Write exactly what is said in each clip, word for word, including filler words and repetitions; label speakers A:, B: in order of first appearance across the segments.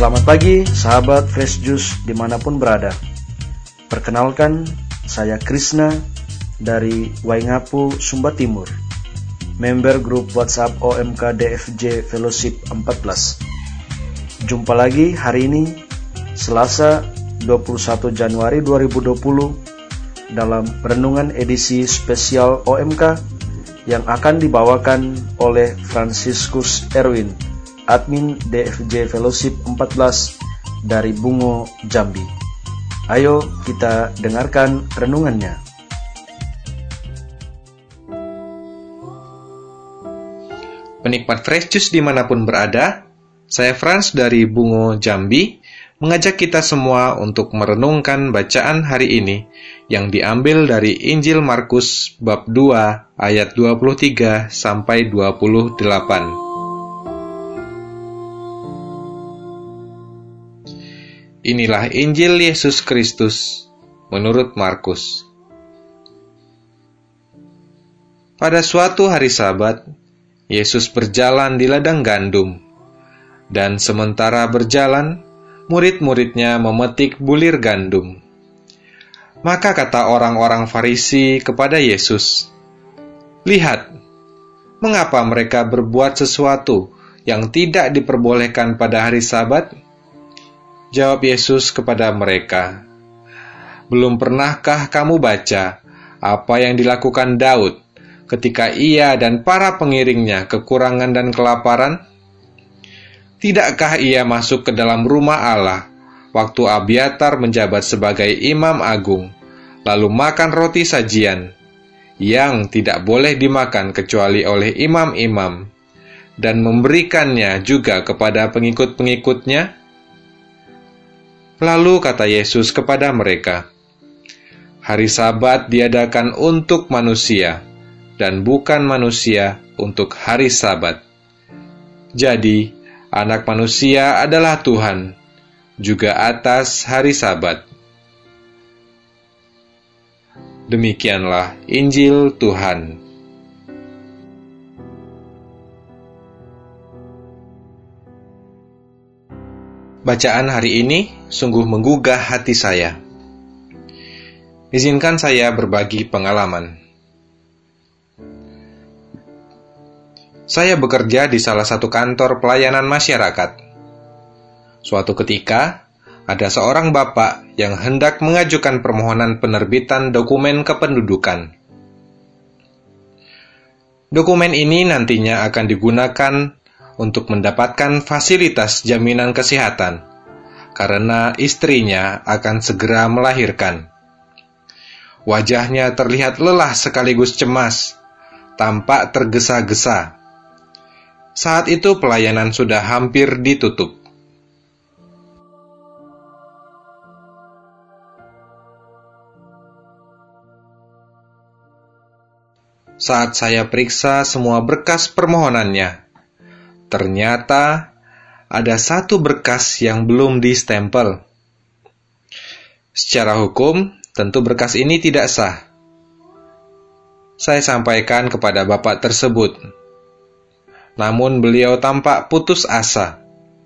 A: Selamat pagi, sahabat Fresh Juice dimanapun berada. Perkenalkan, saya Krishna dari Waingapu, Sumba Timur, member grup WhatsApp O M K D F J Fellowship empat belas. Jumpa lagi hari ini, Selasa dua puluh satu Januari dua ribu dua puluh, dalam renungan edisi spesial O M K yang akan dibawakan oleh Franciscus Erwin, admin D F J Fellowship empat belas dari Bungo, Jambi. Ayo kita dengarkan renungannya.
B: Penikmat Fresh Juice dimanapun berada, saya Frans dari Bungo, Jambi, mengajak kita semua untuk merenungkan bacaan hari ini yang diambil dari Injil Markus bab dua ayat dua puluh tiga sampai dua puluh delapan. Inilah Injil Yesus Kristus menurut Markus. Pada suatu hari Sabat, Yesus berjalan di ladang gandum, dan sementara berjalan, murid-muridnya memetik bulir gandum. Maka kata orang-orang Farisi kepada Yesus, "Lihat, mengapa mereka berbuat sesuatu yang tidak diperbolehkan pada hari Sabat?" Jawab Yesus kepada mereka, "Belum pernahkah kamu baca apa yang dilakukan Daud ketika ia dan para pengiringnya kekurangan dan kelaparan? Tidakkah ia masuk ke dalam rumah Allah waktu Abiatar menjabat sebagai imam agung, lalu makan roti sajian yang tidak boleh dimakan kecuali oleh imam-imam, dan memberikannya juga kepada pengikut-pengikutnya?" Lalu kata Yesus kepada mereka, "Hari Sabat diadakan untuk manusia, dan bukan manusia untuk hari Sabat. Jadi, Anak Manusia adalah Tuhan, juga atas hari Sabat." Demikianlah Injil Tuhan. Bacaan hari ini sungguh menggugah hati saya. Izinkan saya berbagi pengalaman. Saya bekerja di salah satu kantor pelayanan masyarakat. Suatu ketika, ada seorang bapak yang hendak mengajukan permohonan penerbitan dokumen kependudukan. Dokumen ini nantinya akan digunakan untuk mendapatkan fasilitas jaminan kesehatan, karena istrinya akan segera melahirkan. Wajahnya terlihat lelah sekaligus cemas, tampak tergesa-gesa. Saat itu pelayanan sudah hampir ditutup. Saat saya periksa semua berkas permohonannya, ternyata ada satu berkas yang belum distempel. Secara hukum, tentu berkas ini tidak sah. Saya sampaikan kepada bapak tersebut, namun beliau tampak putus asa.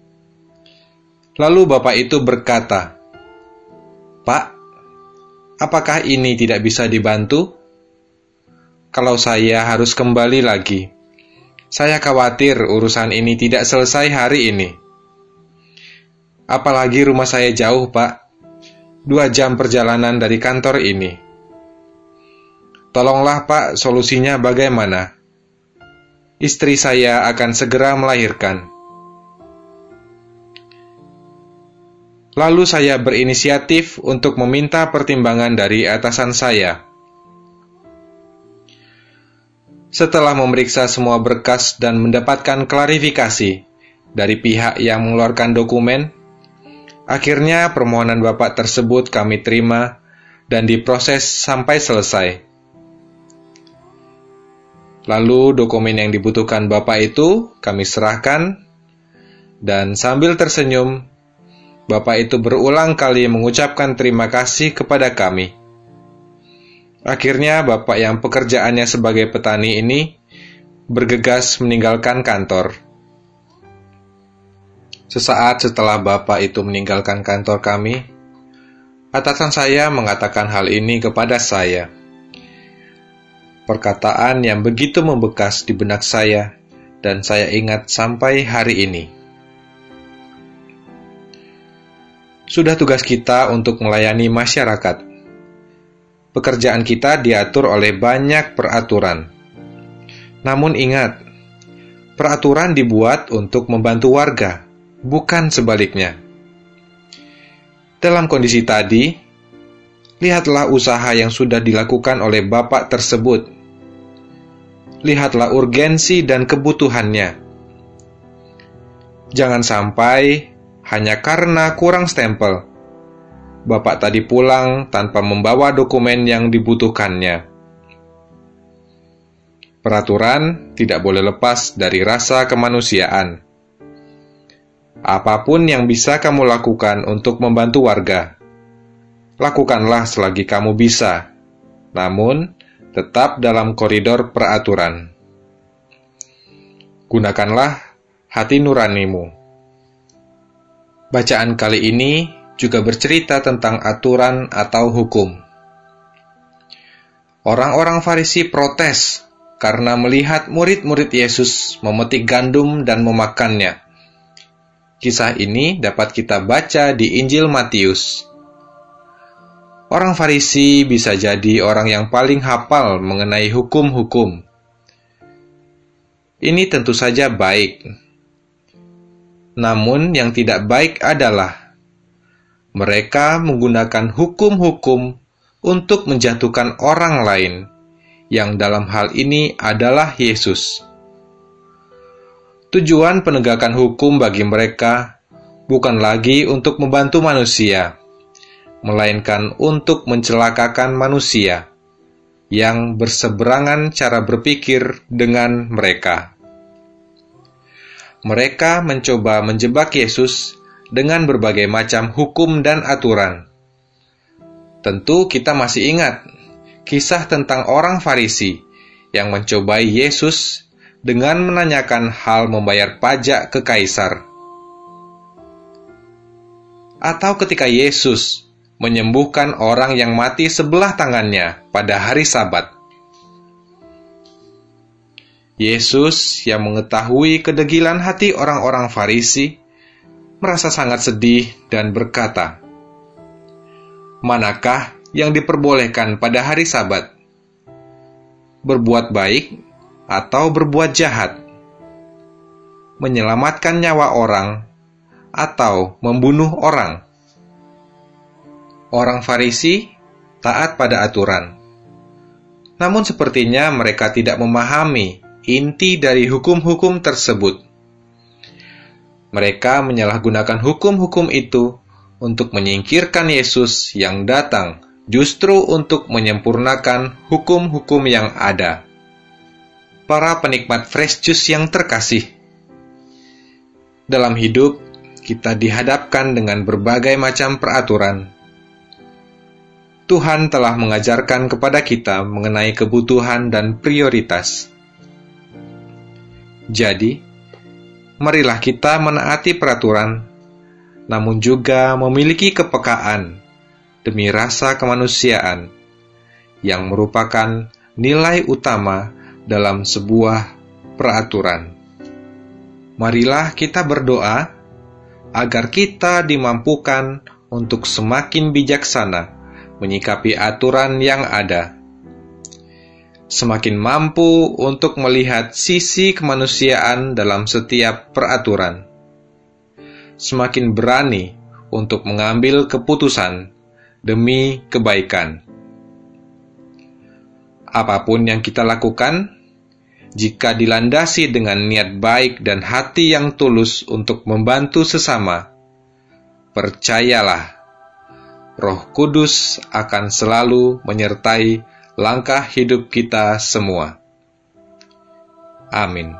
B: Lalu bapak itu berkata, "Pak, apakah ini tidak bisa dibantu? Kalau saya harus kembali lagi, saya khawatir urusan ini tidak selesai hari ini. Apalagi rumah saya jauh, Pak. Dua jam perjalanan dari kantor ini. Tolonglah, Pak, solusinya bagaimana? Istri saya akan segera melahirkan." Lalu saya berinisiatif untuk meminta pertimbangan dari atasan saya. Setelah memeriksa semua berkas dan mendapatkan klarifikasi dari pihak yang mengeluarkan dokumen, akhirnya permohonan bapak tersebut kami terima dan diproses sampai selesai. Lalu dokumen yang dibutuhkan bapak itu kami serahkan, dan sambil tersenyum, bapak itu berulang kali mengucapkan terima kasih kepada kami. Akhirnya bapak yang pekerjaannya sebagai petani ini bergegas meninggalkan kantor. Sesaat setelah Bapak itu meninggalkan kantor kami, atasan saya mengatakan hal ini kepada saya. Perkataan yang begitu membekas di benak saya, dan saya ingat sampai hari ini. Sudah tugas kita untuk melayani masyarakat. Pekerjaan kita diatur oleh banyak peraturan. Namun ingat, peraturan dibuat untuk membantu warga, bukan sebaliknya. Dalam kondisi tadi, lihatlah usaha yang sudah dilakukan oleh Bapak tersebut. Lihatlah urgensi dan kebutuhannya. Jangan sampai hanya karena kurang stempel, Bapak tadi pulang tanpa membawa dokumen yang dibutuhkannya. Peraturan tidak boleh lepas dari rasa kemanusiaan. Apapun yang bisa kamu lakukan untuk membantu warga, lakukanlah selagi kamu bisa, namun tetap dalam koridor peraturan. Gunakanlah hati nuranimu. Bacaan kali ini juga bercerita tentang aturan atau hukum. Orang-orang Farisi protes karena melihat murid-murid Yesus memetik gandum dan memakannya. Kisah ini dapat kita baca di Injil Matius. Orang Farisi bisa jadi orang yang paling hafal mengenai hukum-hukum. Ini tentu saja baik. Namun yang tidak baik adalah mereka menggunakan hukum-hukum untuk menjatuhkan orang lain, yang dalam hal ini adalah Yesus. Tujuan penegakan hukum bagi mereka bukan lagi untuk membantu manusia, melainkan untuk mencelakakan manusia yang berseberangan cara berpikir dengan mereka. Mereka mencoba menjebak Yesus dengan berbagai macam hukum dan aturan. Tentu kita masih ingat kisah tentang orang Farisi yang mencobai Yesus dengan menanyakan hal membayar pajak ke Kaisar. Atau ketika Yesus menyembuhkan orang yang mati sebelah tangannya pada hari Sabat. Yesus yang mengetahui kedegilan hati orang-orang Farisi merasa sangat sedih dan berkata, "Manakah yang diperbolehkan pada hari Sabat? Berbuat baik atau berbuat jahat? Menyelamatkan nyawa orang atau membunuh orang?" Orang Farisi taat pada aturan. Namun sepertinya mereka tidak memahami inti dari hukum-hukum tersebut. Mereka menyalahgunakan hukum-hukum itu untuk menyingkirkan Yesus yang datang justru untuk menyempurnakan hukum-hukum yang ada. Para penikmat fresh juice yang terkasih, dalam hidup kita dihadapkan dengan berbagai macam peraturan. Tuhan telah mengajarkan kepada kita mengenai kebutuhan dan prioritas. Jadi, marilah kita menaati peraturan, namun juga memiliki kepekaan demi rasa kemanusiaan yang merupakan nilai utama dalam sebuah peraturan. Marilah kita berdoa agar kita dimampukan untuk semakin bijaksana menyikapi aturan yang ada, semakin mampu untuk melihat sisi kemanusiaan dalam setiap peraturan, semakin berani untuk mengambil keputusan demi kebaikan. Apapun yang kita lakukan, jika dilandasi dengan niat baik dan hati yang tulus untuk membantu sesama, percayalah, Roh Kudus akan selalu menyertai langkah hidup kita semua. Amin.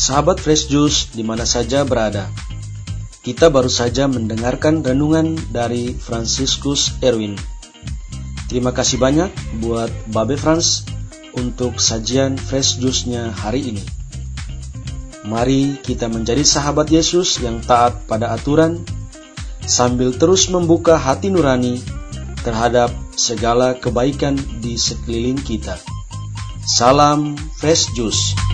A: Sahabat Fresh Juice di mana saja berada, kita baru saja mendengarkan renungan dari Franciscus Erwin. Terima kasih banyak buat Babe Frans untuk sajian Fresh Juice-nya hari ini. Mari kita menjadi sahabat Yesus yang taat pada aturan, sambil terus membuka hati nurani terhadap segala kebaikan di sekeliling kita. Salam Fresh Juice.